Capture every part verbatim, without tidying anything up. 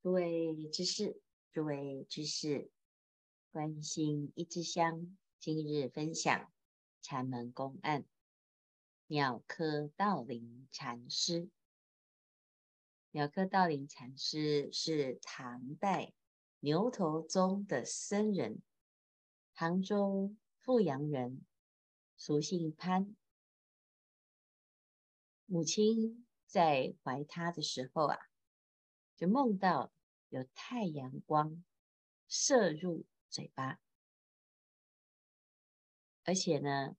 诸位知士，诸位居士，关心一支香，今日分享禅门公案。鸟窠道林禅师，鸟窠道林禅师是唐代牛头宗的僧人，杭州富阳人，俗姓潘。母亲在怀他的时候啊，就梦到有太阳光射入嘴巴，而且呢，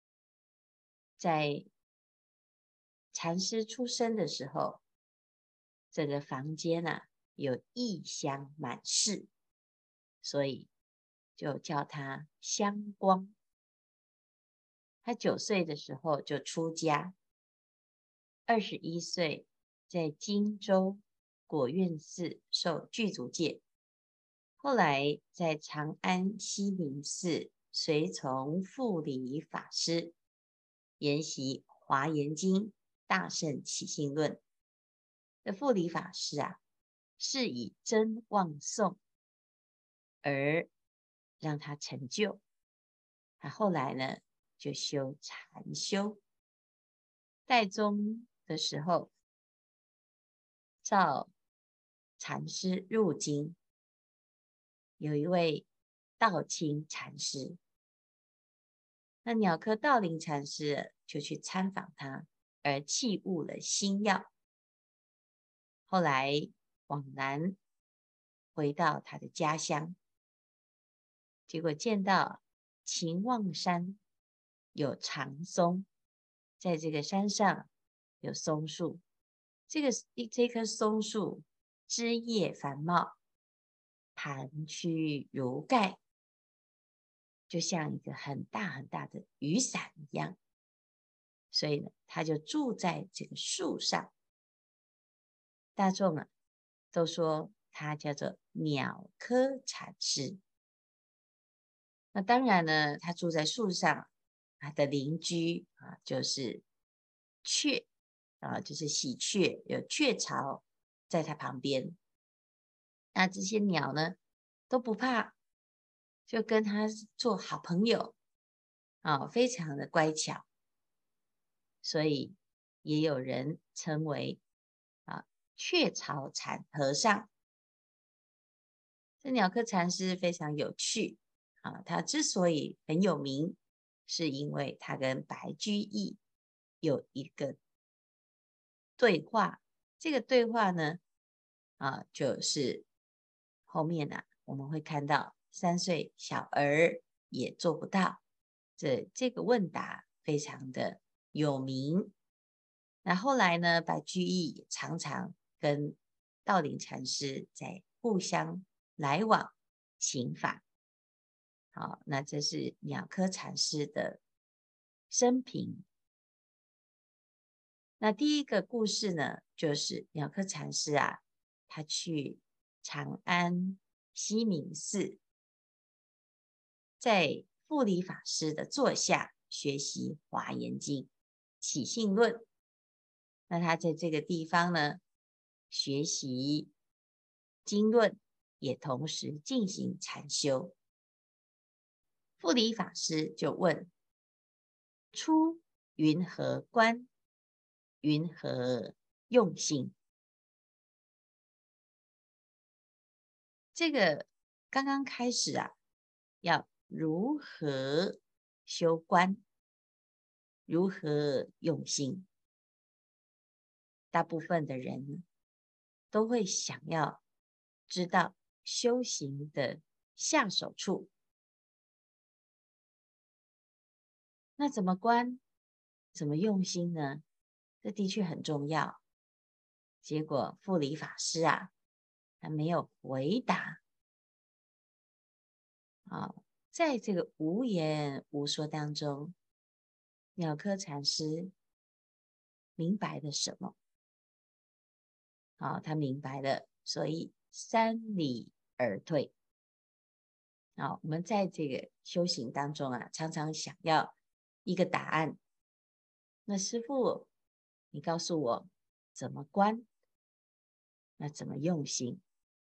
在禅师出生的时候，整个房间啊有异香满室，所以就叫他香光。他九岁的时候就出家，二十一岁在荆州果院寺受具足戒，后来在长安西明寺随从富理法师研习《华严经》《大乘起信论》。的富理法师啊，是以真妄诵而让他成就。他后来呢，就修禅修。代宗的时候，召禅师入京，有一位道清禅师，那鸟窠道林禅师就去参访他，而弃悟了心要。后来往南回到他的家乡，结果见到秦望山有长松，在这个山上有松树，这个这棵松树枝叶繁茂，盘曲如盖，就像一个很大很大的雨伞一样，所以呢，他就住在这个树上。大众啊都说他叫做鸟窠禅师。那当然呢，他住在树上，他的邻居啊就是雀啊，就是喜鹊，有雀巢在他旁边。那这些鸟呢都不怕，就跟他做好朋友啊，非常的乖巧，所以也有人称为啊雀巢禅和尚。这鸟窠禅师非常有趣啊，他之所以很有名，是因为他跟白居易有一个对话。这个对话呢，啊，就是后面呢、啊、我们会看到三岁小儿也做不到，这这个问答非常的有名。那后来呢，白居易也常常跟道林禅师在互相来往行法。好，那这是鸟窠禅师的生平。那第一个故事呢，就是鸟窠禅师啊，他去长安西明寺，在富理法师的座下学习《华严经》《起信论》。那他在这个地方呢，学习经论，也同时进行禅修。富理法师就问：出云何观？云何用心？这个刚刚开始啊，要如何修观？如何用心？大部分的人都会想要知道修行的下手处。那怎么观？怎么用心呢？这的确很重要。结果富理法师啊，他没有回答。啊，在这个无言无说当中，鸟窠禅师明白了什么？啊，他明白了，所以三礼而退。啊，我们在这个修行当中啊，常常想要一个答案。那师父，你告诉我怎么观？那怎么用心？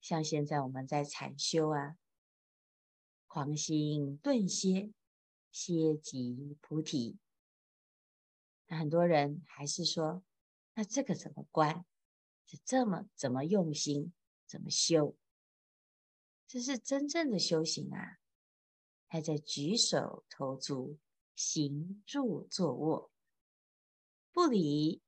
像现在我们在禅修啊，狂心顿歇，歇即菩提。那很多人还是说，那这个怎么观？是这么怎么用心，怎么修？这是真正的修行啊！还在举手投足、行住坐卧，不离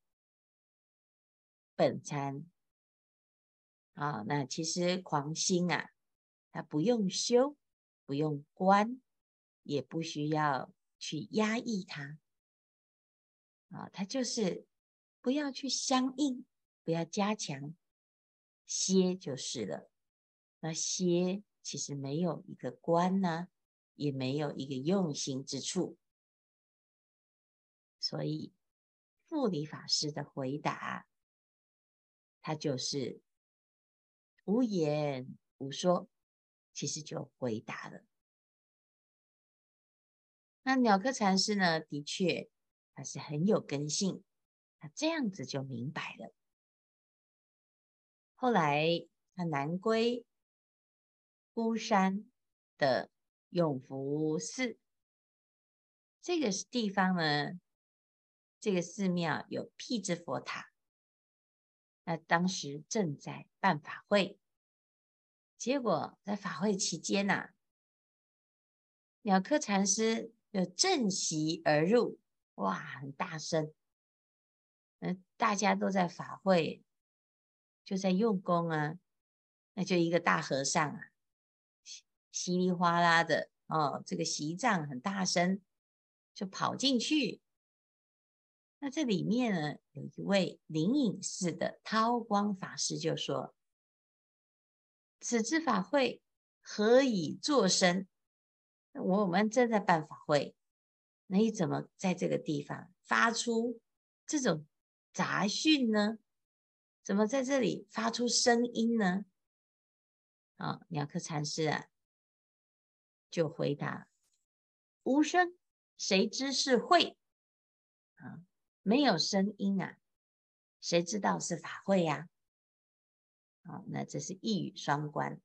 本参啊。那其实狂心啊，它不用修，不用观，也不需要去压抑它啊，它就是不要去相应，不要加强，歇就是了。那歇其实没有一个观呢、也没有一个用心之处，所以复理法师的回答，他就是无言无说，其实就回答了。那鸟窠禅师呢，的确他是很有根性，他这样子就明白了。后来他南归孤山的永福寺，这个地方呢，这个寺庙有辟支佛塔。那当时正在办法会，结果在法会期间呐、啊，鸟窠禅师就正席而入，哇，很大声，嗯，大家都在法会，就在用功啊，那就一个大和尚啊，稀里哗啦的哦，这个席帐很大声，就跑进去。那这里面呢，有一位灵隐寺的韬光法师就说：“此之法会何以作声？我们正在办法会，那你怎么在这个地方发出这种杂讯呢？怎么在这里发出声音呢？”啊，鸟窠禅师啊，就回答：“无声，谁知是会？啊，没有声音啊，谁知道是法会呀、啊？”啊，那这是一语双关。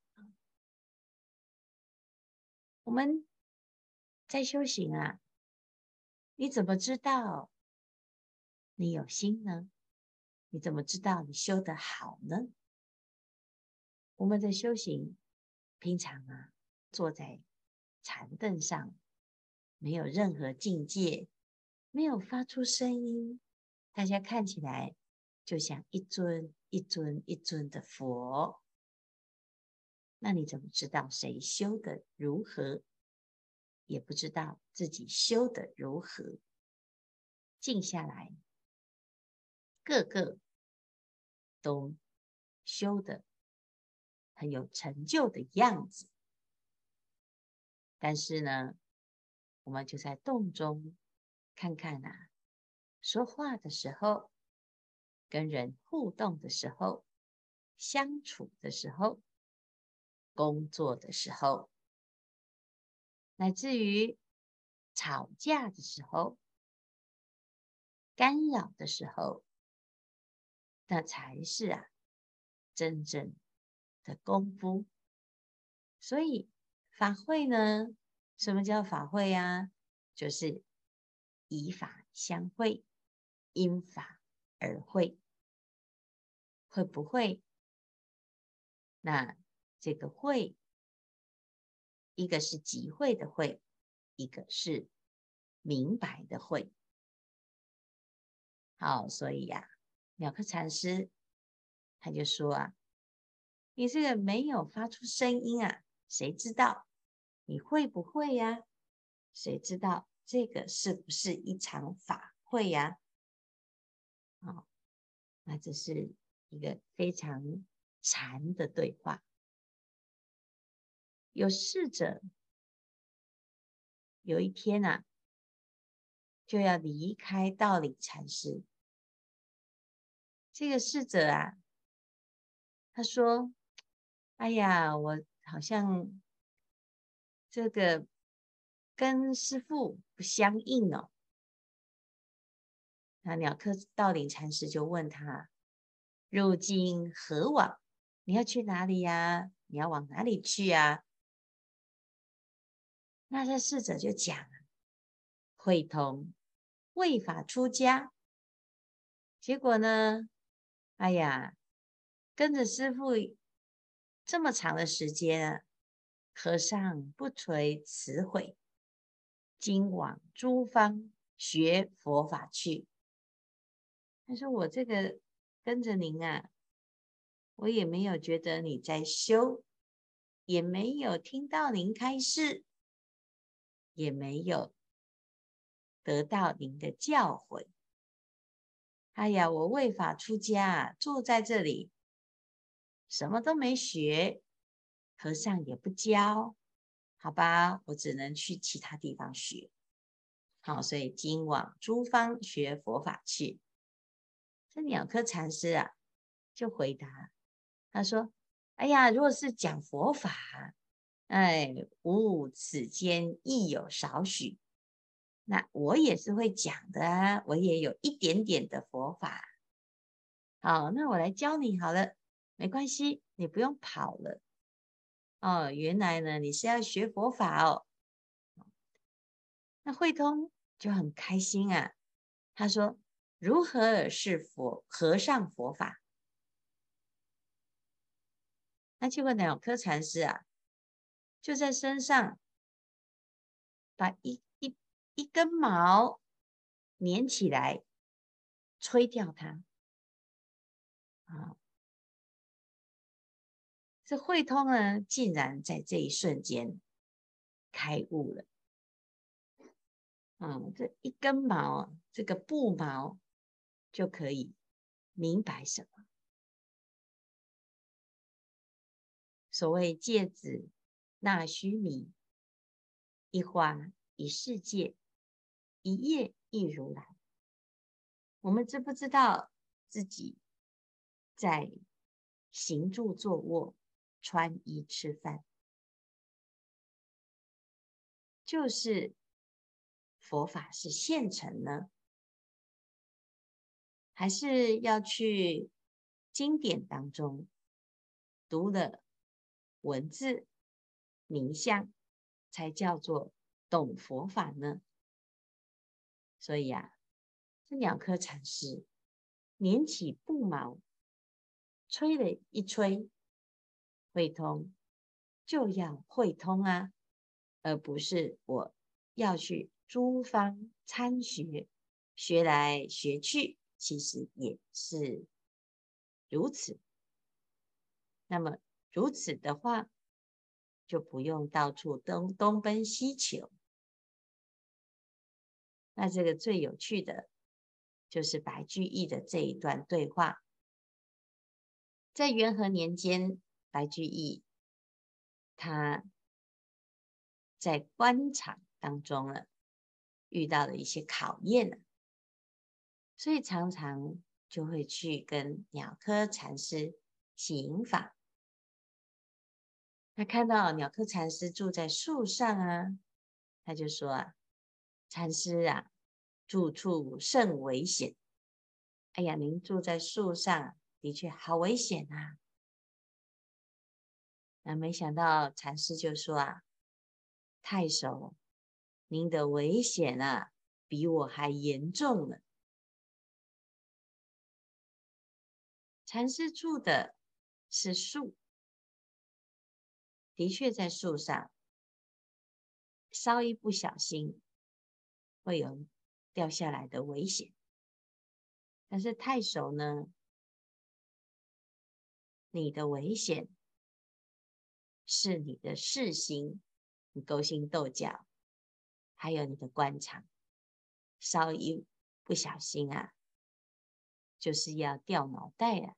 我们在修行啊，你怎么知道你有心呢？你怎么知道你修得好呢？我们的修行，平常啊，坐在禅凳上，没有任何境界，没有发出声音，大家看起来就像一尊一尊一尊的佛。那你怎么知道谁修得如何？也不知道自己修得如何。静下来，个个都修得很有成就的样子，但是呢，我们就在洞中看看啊，说话的时候，跟人互动的时候，相处的时候，工作的时候，乃至于吵架的时候，干扰的时候，那才是啊真正的功夫。所以法会呢，什么叫法会啊？就是以法相会，因法而会。会不会？那这个会，一个是集会的会，一个是明白的会。好，所以呀、啊，鸟窠禅师他就说啊，你这个没有发出声音啊，谁知道你会不会呀、啊？谁知道这个是不是一场法会呀、啊？哦，那这是一个非常禅的对话。有侍者有一天啊，就要离开道领禅师。这个侍者啊，他说：“哎呀，我好像这个跟师父不相应哦。”那鸟窠道领禅师就问他：“如今何往？” 你要去哪里呀？你要往哪里去呀？那这侍者就讲，会通为法出家，结果呢，哎呀，跟着师父这么长的时间啊，和尚不垂辞悔，今往诸方学佛法去。他说：“我这个跟着您啊，我也没有觉得你在修，也没有听到您开示，也没有得到您的教诲。哎呀，我为法出家，住在这里，什么都没学，和尚也不教，好吧，我只能去其他地方学。好，所以今往诸方学佛法去。”这鸟科禅师啊，就回答他说：“哎呀，如果是讲佛法，哎，吾此间亦有少许。那我也是会讲的啊，我也有一点点的佛法。好，那我来教你好了，没关系，你不用跑了。哦，原来呢，你是要学佛法哦。”那慧通就很开心啊，他说：“如何是佛和尚佛法？”那结果鸟科禅师啊，就在身上把一一一根毛粘起来，吹掉它啊！这慧通呢，竟然在这一瞬间开悟了。嗯，这一根毛，这个布毛就可以明白什么？所谓芥子纳须弥，一花一世界，一叶一如来。我们知不知道自己在行住坐卧、穿衣吃饭，就是佛法是现成呢，还是要去经典当中读了文字名相，才叫做懂佛法呢？所以啊，这两颗禅师捻起布毛，吹了一吹，会通就要会通啊，而不是我要去诸方参学，学来学去，其实也是如此。那么如此的话，就不用到处东东奔西求。那这个最有趣的就是白居易的这一段对话。在元和年间，白居易他在官场当中呢，遇到了一些考验呢，所以常常就会去跟鸟科禅师行访。他看到鸟科禅师住在树上啊，他就说啊：“禅师啊，住处甚危险。哎呀，您住在树上，的确好危险啊。”那没想到禅师就说啊：“太守，您的危险啊，比我还严重呢。”禅师住的是树，的确在树上，稍一不小心会有掉下来的危险。但是太守呢，你的危险是你的事心，你勾心斗角，还有你的官场，稍一不小心啊，就是要掉脑袋啊。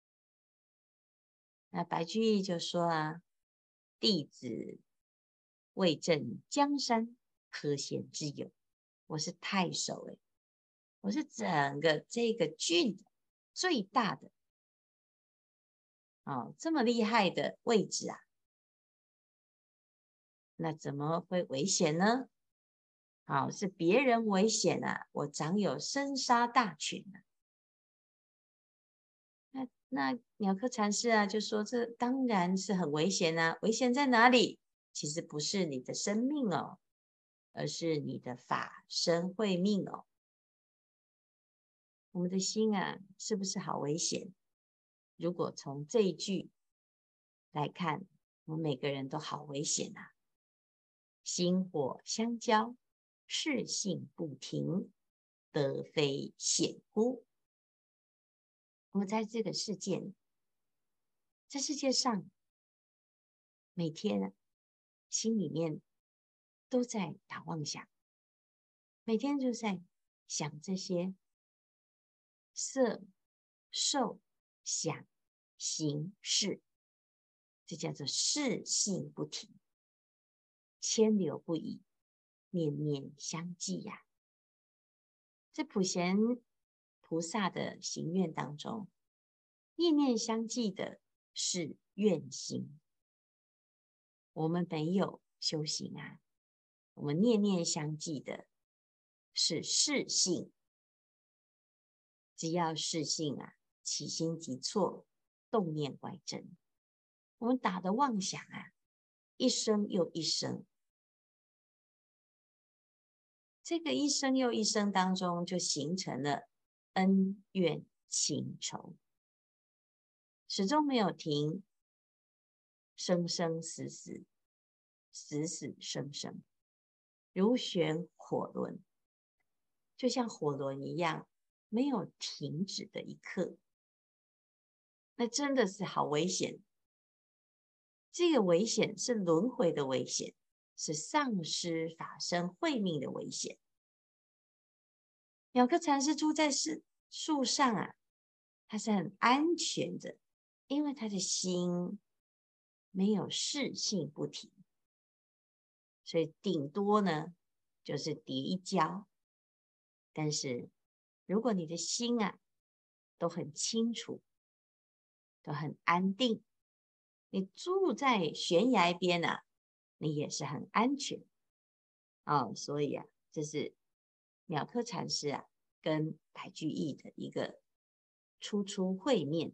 那白居易就说啊：“弟子为镇江山，可贤之有。我是太守诶，我是整个这个郡最大的哦，这么厉害的位置啊，那怎么会危险呢？好、哦，是别人危险啊，我掌有生杀大权啊。那那鸟窠禅师啊就说，这当然是很危险啊，危险在哪里？其实不是你的生命哦，而是你的法身慧命哦。我们的心啊，是不是好危险？如果从这一句来看，我们每个人都好危险啊！心火相交，事性不停，得非险乎？我们在这个世界，这世界上，每天啊，心里面都在打妄想，每天就在想这些色、受、想、行、识，这叫做事性不停，牵流不已，念念相继呀、啊。这普贤菩萨的行愿当中，念念相继的是愿心。我们没有修行啊，我们念念相继的是事性。只要事性啊，起心即错，动念乖真，我们打的妄想啊，一生又一生。这个一生又一生当中，就形成了恩怨情仇，始终没有停，生生死死，死死生生，如旋火轮，就像火轮一样，没有停止的一刻。那真的是好危险。这个危险是轮回的危险，是丧失法身慧命的危险。鸟窠禅师住在树上啊，他是很安全的，因为他的心没有事性不停，所以顶多呢就是跌一跤。但是如果你的心啊都很清楚，都很安定，你住在悬崖边啊，你也是很安全哦。所以啊，这是鸟窠禅师啊跟白居易的一个初初会面。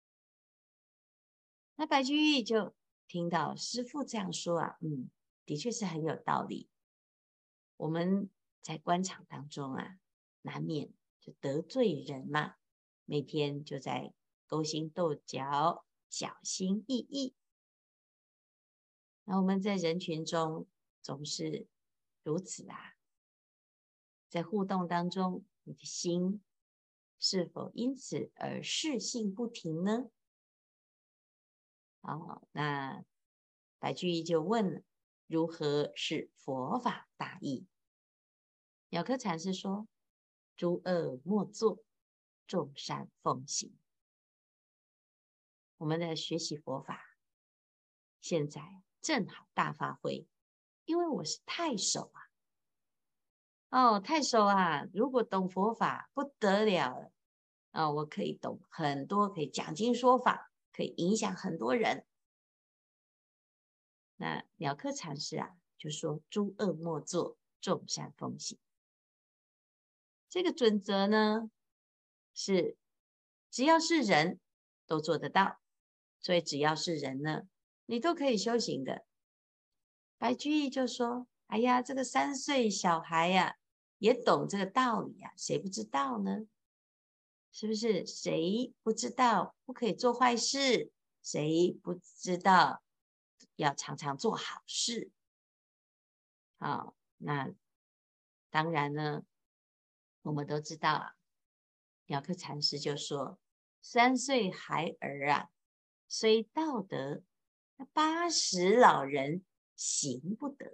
那白居易就听到师父这样说啊，嗯，的确是很有道理。我们在官场当中啊，难免就得罪人嘛，每天就在勾心斗角，小心翼翼。那我们在人群中总是如此啊，在互动当中，你的心是否因此而事性不停呢？哦，那白居易就问了，如何是佛法大义？鸟窠禅师说，诸恶莫作，众善奉行。我们的学习佛法现在正好大发挥，因为我是太守啊。哦，太守啊，如果懂佛法不得了了啊、哦！我可以懂很多，可以讲经说法，可以影响很多人。那鸟窠禅师啊，就说诸恶莫作，众善奉行。这个准则呢，是只要是人都做得到，所以只要是人呢，你都可以修行的。白居易就说：“哎呀，这个三岁小孩呀、啊，也懂这个道理啊，谁不知道呢？是不是？谁不知道不可以做坏事？谁不知道要常常做好事？好，那当然呢，我们都知道啊。鸟窠禅师就说：三岁孩儿啊，虽道德，八十老人行不得。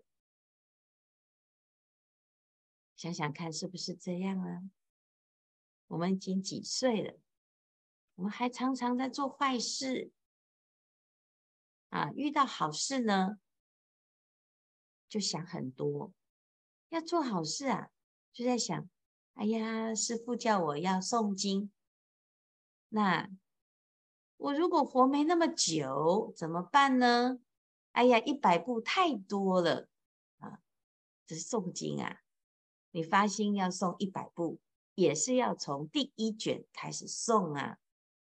想想看，是不是这样啊？我们已经几岁了，我们还常常在做坏事啊！遇到好事呢，就想很多。要做好事啊，就在想：哎呀，师父叫我要诵经，那我如果活没那么久，怎么办呢？哎呀，一百步太多了啊！这是诵经啊，你发心要诵一百步，也是要从第一卷开始诵啊。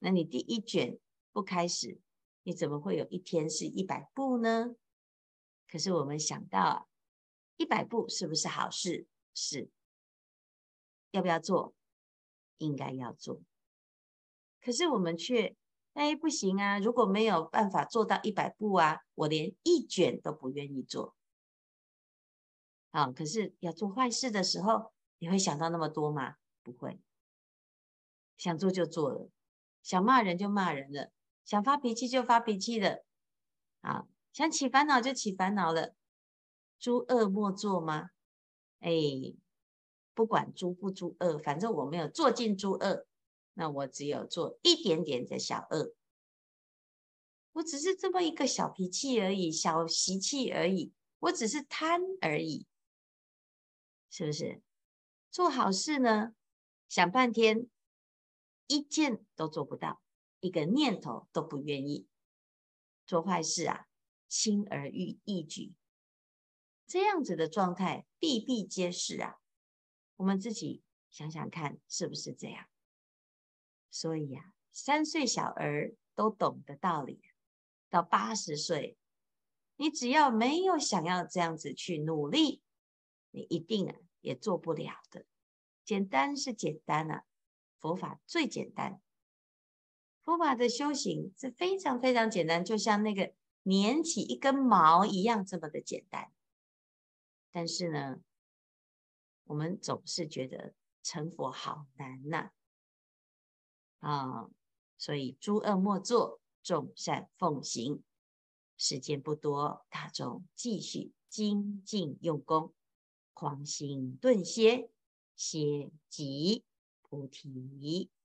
那你第一卷不开始，你怎么会有一天是一百步呢？可是我们想到啊，一百步是不是好事？是。要不要做？应该要做。可是我们却，哎，不行啊！如果没有办法做到一百步啊，我连一卷都不愿意做。啊，可是要做坏事的时候，你会想到那么多吗？不会，想做就做了，想骂人就骂人了，想发脾气就发脾气了，啊，想起烦恼就起烦恼了。诸恶莫作吗？哎，不管诸不诸恶，反正我没有做尽诸恶，那我只有做一点点的小恶。我只是这么一个小脾气而已，小习气而已，我只是贪而已，是不是？做好事呢，想半天，一件都做不到，一个念头都不愿意。做坏事啊，轻而易易举，这样子的状态比比皆是啊。我们自己想想看，是不是这样？所以呀、啊，三岁小儿都懂的道理，到八十岁，你只要没有想要这样子去努力，你一定啊也做不了的。简单是简单啊，佛法最简单，佛法的修行是非常非常简单，就像那个粘起一根毛一样这么的简单。但是呢，我们总是觉得成佛好难呐、啊，啊，所以诸恶莫作，众善奉行。时间不多，大众继续精进用功，狂心顿歇，歇即菩提。